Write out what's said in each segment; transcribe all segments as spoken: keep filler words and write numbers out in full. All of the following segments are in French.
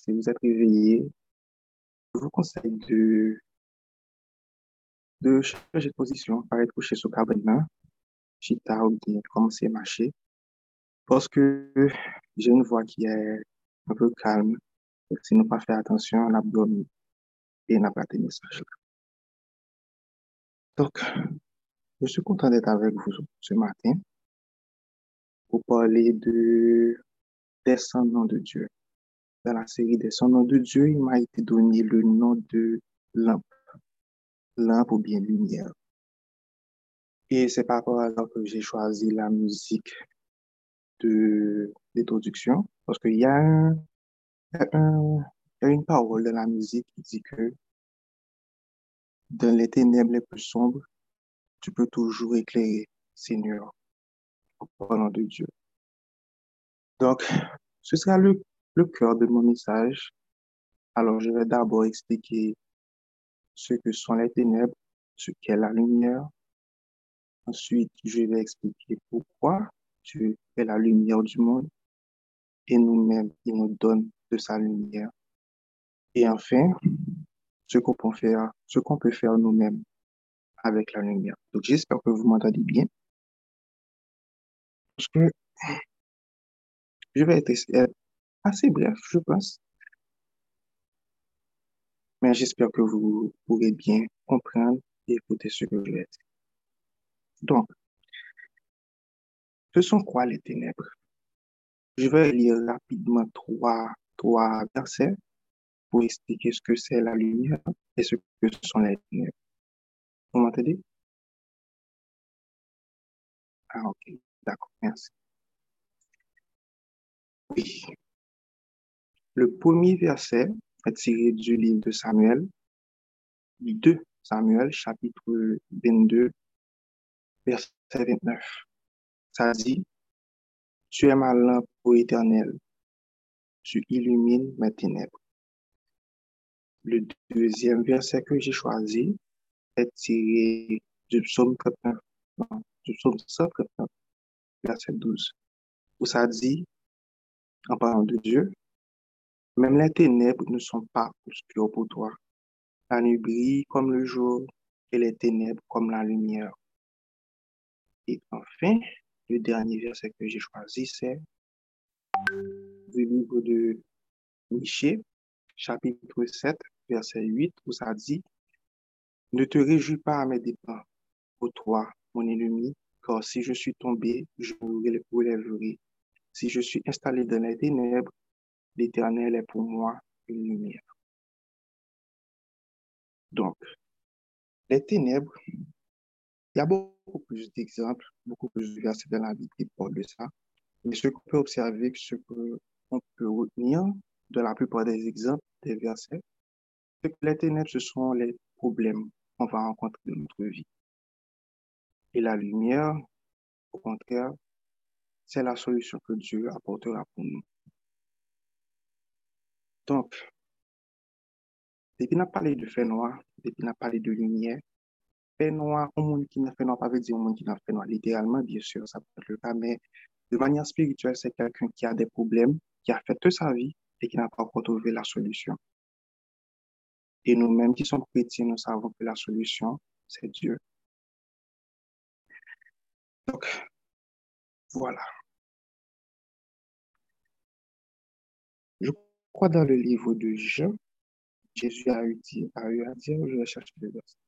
si vous êtes réveillé, je vous conseille de, de changer de position, par être couché sur cabane, chita ou bien commencer à marcher, parce que j'ai une voix qui est un peu calme. Donc, si nous pas fait attention, on a dormi et on n'a pas de message. Donc, je suis content d'être avec vous ce matin pour parler de, des cent noms de Dieu. Dans la série des cent noms de Dieu, il m'a été donné le nom de lampe, lampe ou bien lumière. Et c'est par rapport à ça que j'ai choisi la musique de d'introduction, parce qu'il y a, un, il y a un- il y a une parole de la musique qui dit que dans les ténèbres les plus sombres, tu peux toujours éclairer, Seigneur, au nom de Dieu. Donc, ce sera le, le cœur de mon message. Alors, je vais d'abord expliquer ce que sont les ténèbres, ce qu'est la lumière. Ensuite, je vais expliquer pourquoi Dieu est la lumière du monde et nous-mêmes, il nous donne de sa lumière. Et enfin, ce qu'on peut faire, ce qu'on peut faire nous-mêmes avec la lumière. Donc, j'espère que vous m'entendez bien, parce que je vais être être assez bref, je pense, mais j'espère que vous pourrez bien comprendre et écouter ce que je vais dire. Donc, ce sont quoi les ténèbres? Je vais lire rapidement trois, trois versets pour expliquer ce que c'est la lumière et ce que sont les ténèbres. Vous m'entendez? Ah, ok, d'accord, merci. Oui, le premier verset est tiré du livre de Samuel, deux Samuel, chapitre vingt-deux, verset vingt-neuf. Ça dit, tu es ma lampe, ô Éternel, tu illumines mes ténèbres. Le deuxième verset que j'ai choisi est tiré du psaume trente-neuf, non, du psaume cent trente-neuf, verset douze, où ça dit, en parlant de Dieu, même les ténèbres ne sont pas obscures pour toi. La nuit brille comme le jour et les ténèbres comme la lumière. Et enfin, le dernier verset que j'ai choisi, c'est du livre de Michée, chapitre sept, verset huit, où ça dit, ne te réjouis pas à mes dépens, ô toi, mon ennemi, car si je suis tombé, je me relèverai. Si je suis installé dans les ténèbres, l'Éternel est pour moi une lumière. Donc, les ténèbres, il y a beaucoup plus d'exemples, beaucoup plus de versets dans la Bible qui parlent de ça. Mais ce qu'on peut observer, ce qu'on peut retenir de la plupart des exemples, des versets, c'est que les ténèbres, ce sont les problèmes qu'on va rencontrer dans notre vie. Et la lumière, au contraire, c'est la solution que Dieu apportera pour nous. Donc, depuis qu'on a parlé de fait noir, depuis qu'on a parlé de lumière, fait noir, un monde qui n'a fait noir, pas veut dire un monde qui n'a fait noir. Littéralement, bien sûr, ça peut être le cas, mais de manière spirituelle, c'est quelqu'un qui a des problèmes, qui a fait toute sa vie et qui n'a pas encore trouvé la solution. Et nous-mêmes qui sommes chrétiens, nous savons que la solution, c'est Dieu. Donc, voilà. Je crois dans le livre de Jean, Jésus a eu, dit, a eu à dire, je vais chercher le verset.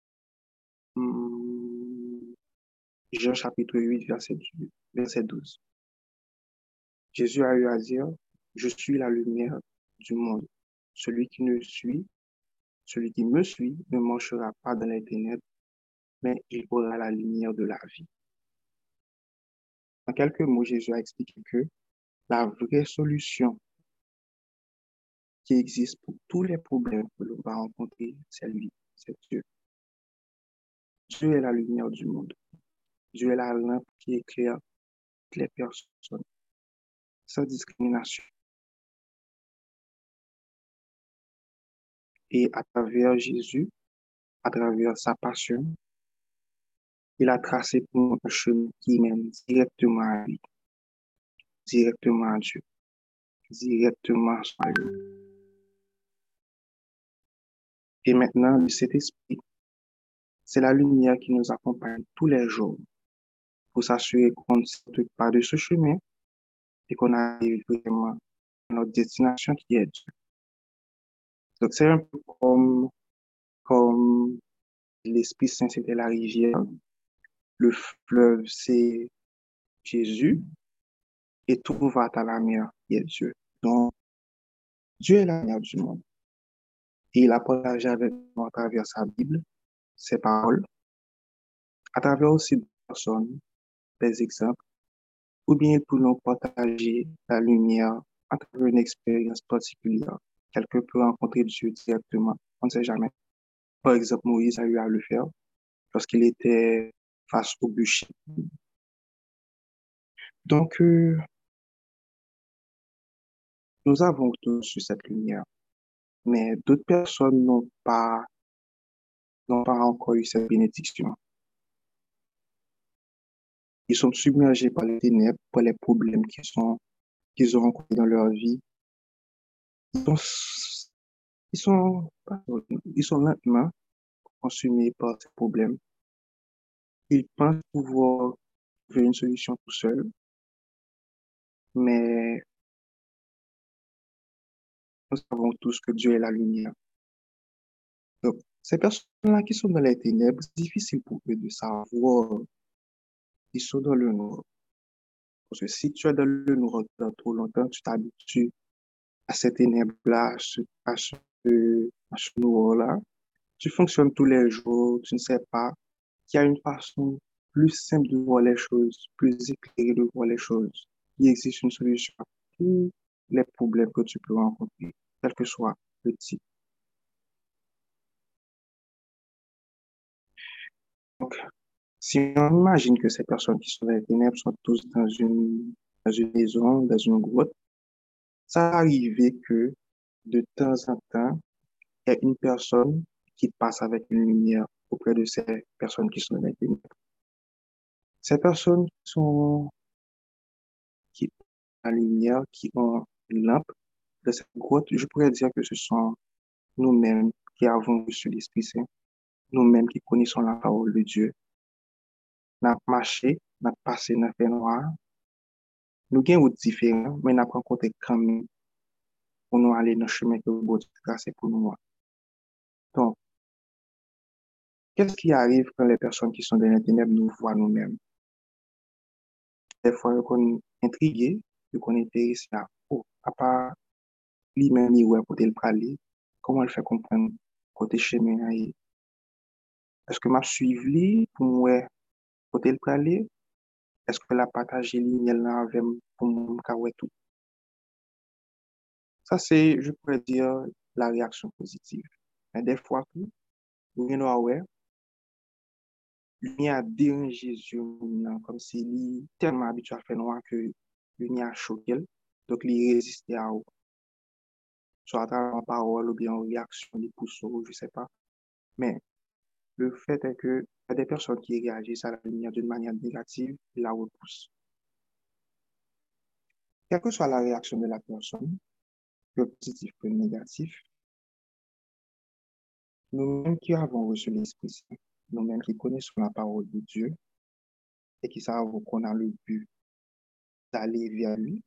Hum, Jean chapitre huit, verset, verset douze. Jésus a eu à dire, je suis la lumière du monde. Celui qui ne suit, celui qui me suit ne marchera pas dans les ténèbres, mais il aura la lumière de la vie. En quelques mots, Jésus a expliqué que la vraie solution qui existe pour tous les problèmes que l'on va rencontrer, c'est lui, c'est Dieu. Dieu est la lumière du monde. Dieu est la lampe qui éclaire toutes les personnes, sans discrimination. Et à travers Jésus, à travers sa passion, il a tracé pour nous un chemin qui mène directement à lui, directement à Dieu, directement à lui. Et maintenant, le Saint-Esprit, c'est la lumière qui nous accompagne tous les jours pour s'assurer qu'on ne sorte pas de ce chemin et qu'on arrive vraiment à notre destination qui est Dieu. Donc, c'est un peu comme, comme l'Esprit Saint, c'était la rivière, le fleuve, c'est Jésus, et tout va à la mer, qui est Dieu. Donc, Dieu est la lumière du monde. Et il a partagé avec nous à travers sa Bible, ses paroles, à travers aussi des personnes, des exemples, ou bien pour nous partager la lumière à travers une expérience particulière. Quelqu'un peut rencontrer Dieu directement, on ne sait jamais. Par exemple, Moïse a eu à le faire lorsqu'il était face au bûcher. Donc, euh, nous avons tous cette lumière, mais d'autres personnes n'ont pas, n'ont pas encore eu cette bénédiction. Ils sont submergés par les ténèbres, par les problèmes qu'ils sont, qu'ils ont rencontrés dans leur vie. Ils sont, ils sont, ils sont lentement consumés par ces problèmes. Ils pensent pouvoir trouver une solution tout seuls, mais nous savons tous que Dieu est la lumière. Donc, ces personnes-là qui sont dans les ténèbres, c'est difficile pour eux de savoir qu'ils sont dans le noir. Parce que si tu es dans le noir dans trop longtemps, tu t'habitues à ces ténèbres-là, à ce, à ce, à ce noir-là. Tu fonctionnes tous les jours, tu ne sais pas qu'il y a une façon plus simple de voir les choses, plus éclairée de voir les choses. Il existe une solution à tous les problèmes que tu peux rencontrer, quel que soit le type. Donc, si on imagine que ces personnes qui sont dans les ténèbres sont tous dans une, dans une maison, dans une grotte, ça arrive que de temps en temps, il y a une personne qui passe avec une lumière auprès de ces personnes qui sont dans les ténèbres. Ces personnes qui sont qui ont la lumière, qui ont une lampe de cette grotte, je pourrais dire que ce sont nous-mêmes qui avons reçu l'Esprit Saint, nous-mêmes qui connaissons la parole de Dieu. Nous avons marché, nous avons passé dans le fait noir, nous avons route différente, mais nous avons rencontré quand même pour nous aller dans le chemin que Dieu a tracé pour nous. Donc, qu'est-ce qui arrive quand les personnes qui sont dans les ténèbres nous voient nous-mêmes? Des fois, on est intrigué, on est intéressé à, oh, à part lui-même, il ouais, côté le parler, comment le fait comprendre côté chemin, est- est-ce que m'a suivi pour moi côté le parler? Est-ce que la partager ligne là avec moi pour moi ouais tout? Ça, c'est, je pourrais dire, la réaction positive. Mais des fois, tout, vous venez ouais, lui a dérangé Jésus, comme s'il est tellement habitué à faire noir que lui a choqué. Donc, il résistait à vous. Soit à travers une parole ou bien une réaction, des pouces, je sais pas. Mais le fait est que il y a des personnes qui réagissent à la lumière d'une manière négative, ils la repoussent. Quelle que soit la réaction de la personne, que positif que négatif, nous-mêmes qui avons reçu l'Esprit Saint, nous-mêmes qui connaissons la parole de Dieu et qui savons qu'on a le but d'aller vers lui,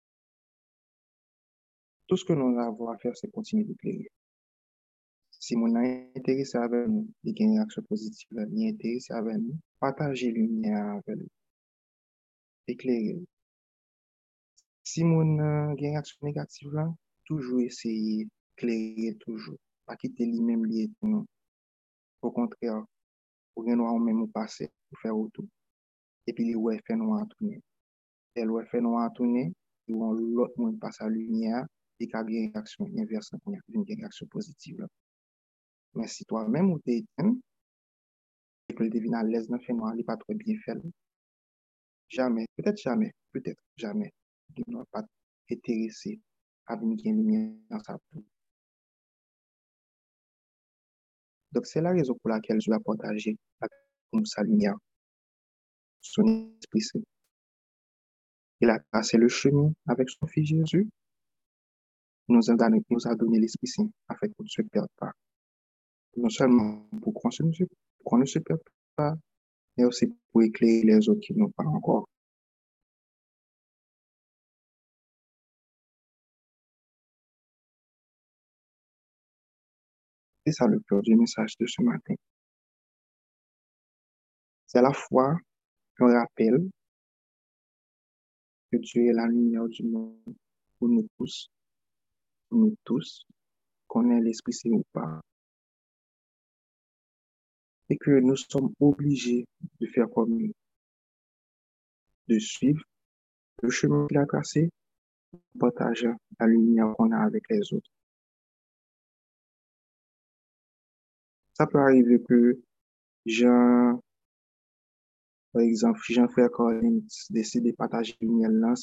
tout ce que nous avons à faire, c'est continuer d'éclairer. Si mon est intéressé avec nous, il y a une réaction positive, il est intéressé avec nous, partagez lumière avec lui, éclairez. Si mon a une réaction négative là, toujours essayer d'éclairer, toujours. Pas quitter lui-même lié non. Au contraire, pour que nous même au passé, pour faire autour. Et puis, les ouais fait noir tourner. Et le fait noir tourner, et on l'autre monde passe à la lumière, et qu'il y a une réaction inverse, il y a une réaction positive là. Mais si toi-même, ou t'es éteint, et que le devine à l'aise dans le fait noir, il n'est pas trop bien fait, jamais, peut-être jamais, peut-être jamais, il n'a pas intéressé à venir une lumière dans sa peau. Donc, c'est la raison pour laquelle je vais partager avec sa lumière, son Esprit Saint. Il a tracé le chemin avec son Fils Jésus, nous a donné, nous a donné l'Esprit Saint afin qu'on ne se perde pas. non seulement pour qu'on se- qu'on ne se perde pas, mais aussi pour éclairer les autres qui n'ont pas encore. C'est ça le cœur du message de ce matin. C'est à la fois un rappel que Dieu est la lumière du monde pour nous tous, pour nous tous, qu'on ait l'Esprit Saint ou pas, et que nous sommes obligés de faire comme lui, de suivre le chemin qu'il a tracé, partager la lumière qu'on a avec les autres. Ça peut arriver que Jean, par exemple, Jean-Frère Colin décide de partager la lumière là,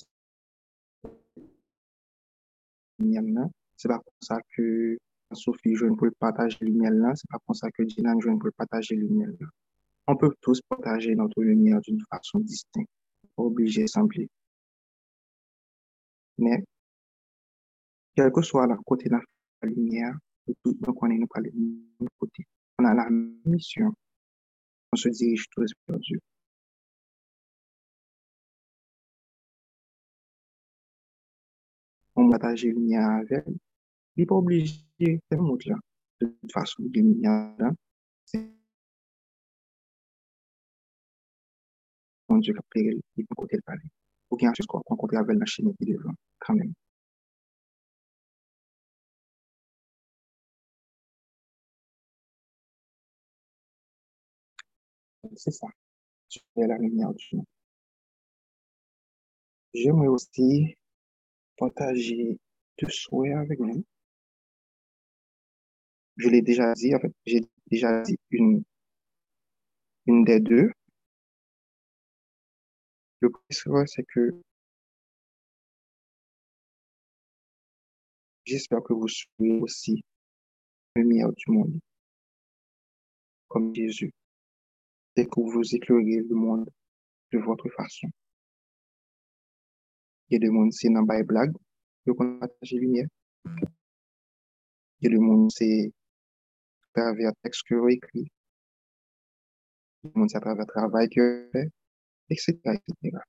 lumière là. C'est pas pour ça que Sophie jeune pour partager la lumière là, c'est pas pour ça que Dylan jeune pour partager la lumière là. On peut tous partager notre lumière d'une façon distincte, pas obligé de sembler. Mais, quel que soit la côté de la lumière, tout le monde nous parler de même côté. On a la même mission. On se dirige tous vers Dieu. On partage la lumière avec. Il n'est pas obligé de faire là. De toute façon, la lumière là, c'est mon Dieu qui a pris le côté de parler. Ou bien, je crois qu'on rencontre avec la Chine qui devant, quand même. C'est ça. Tu es la lumière du monde. J'aimerais aussi partager deux souhaits avec vous. Je l'ai déjà dit, en fait, j'ai déjà dit une, une des deux. Le premier souhait, c'est que j'espère que vous serez aussi la lumière du monde, comme Jésus, et que vous éclairez le monde de votre façon. Il y a des monde, c'est dans les blagues, que qu'on partage la lumière. Il y a des monde, c'est à travers texte que vous écrit. Il y a des monde, c'est à travers le travail que vous faites, et cetera, et cetera.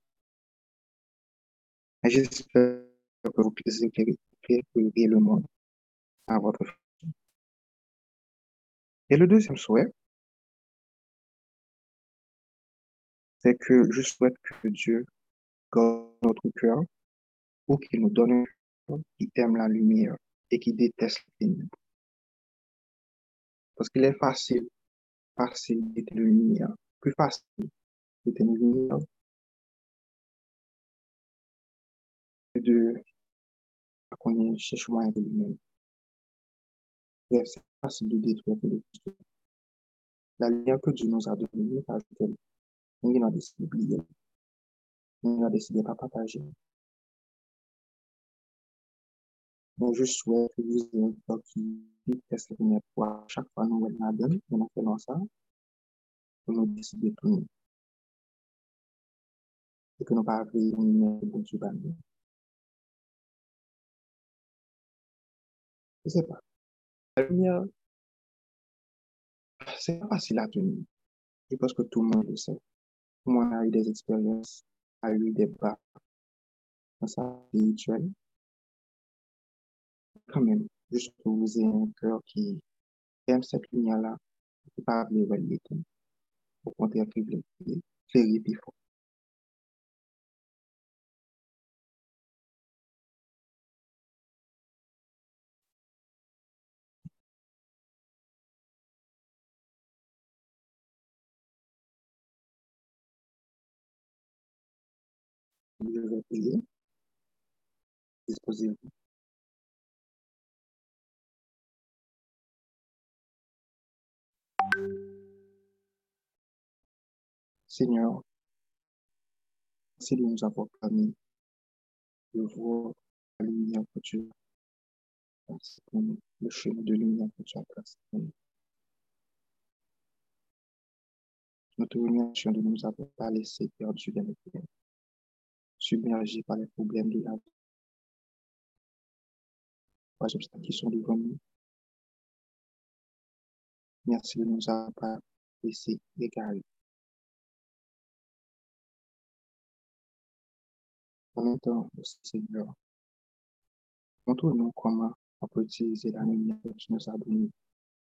Et j'espère que vous puissiez éclairer, éclairer le monde à votre façon. Et le deuxième souhait, c'est que je souhaite que Dieu garde notre cœur ou qu'il nous donne un cœur qui aime la lumière et qui déteste les ténèbres. Parce qu'il est facile, facile d'être une lumière, plus facile d'être une lumière que de qu'on cherche moyen de lui-même. Et c'est facile de détruire que de détruire. La lumière que Dieu nous a donnée, parce que nous a décidé d'oublier, nous a décidé de ne pas partager. Mais je souhaite que vous ayez un cœur qui déteste la lumière pour à chaque fois nous la donne, on a fait dans ça, pour nous décider de tout et que nous pas avoir une lumière de Dieu. Je sais pas. La lumière, c'est pas facile à tenir. Je pense que tout le monde le sait. Tout le monde a eu des expériences, a eu des bas dans sa vie spirituelle. Quand même, juste que vous ayez un cœur qui aime cette lumière-là, qui ne pas appeler vers l'éteindre. Au contraire, qui veut l'éclairer plus fort. Je vais prier, disposez-vous. Seigneur, merci de nous avoir permis de voir la lumière que tu as tracée pour nous, le chemin de lumière que tu as tracé pour nous. Nous te remercions de nous avoir pas laissé perdus dans les ténèbres, submergés par les problèmes de la vie, par les obstacles qui sont devant nous. Merci de nous avoir pas laissé égarés. En même temps, Seigneur, montre-nous comment on peut utiliser la lumière que tu nous as donnée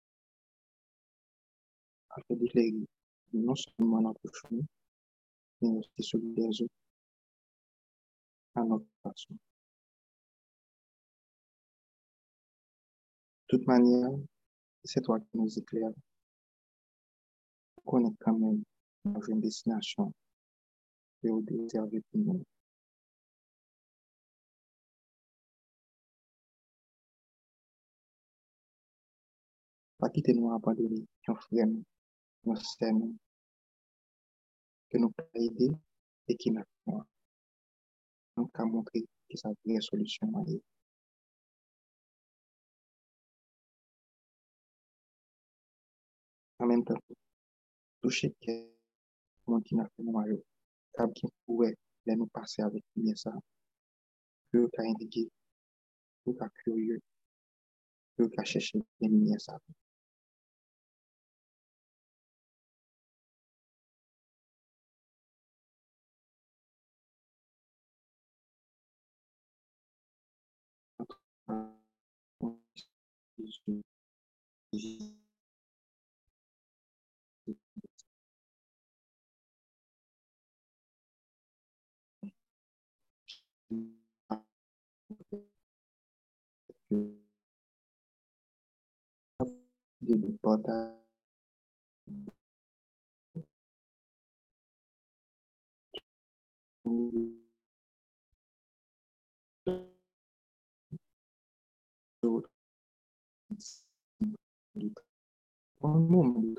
afin d'éclairer non seulement notre chemin, mais aussi celui des autres à notre façon. De toute manière, c'est toi qui nous éclaires. Connaître quand même notre destination et au déserver pour nous. Pas quitter nous abandonner, nos frères, nos sœurs, que nous pouvons aider et qui n'a pas. Donc, à montrer que ça vraie solution à aller. En même temps, toucher quelqu'un qui n'a pas nous car qui pourrait nous passer avec bien ça, que qu'à indiquer, que qu'à curieux, que qu'à chercher bien ça. De partage un moment.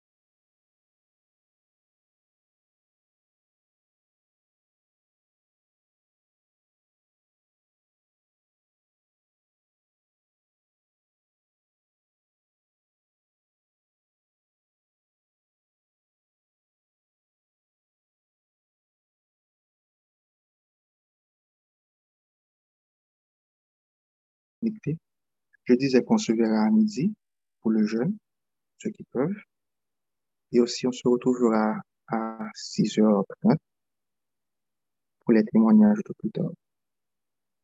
Je disais qu'on se verra à midi pour le jeûne, ceux qui peuvent. Et aussi, on se retrouvera à six heures trente pour les témoignages de plus tard.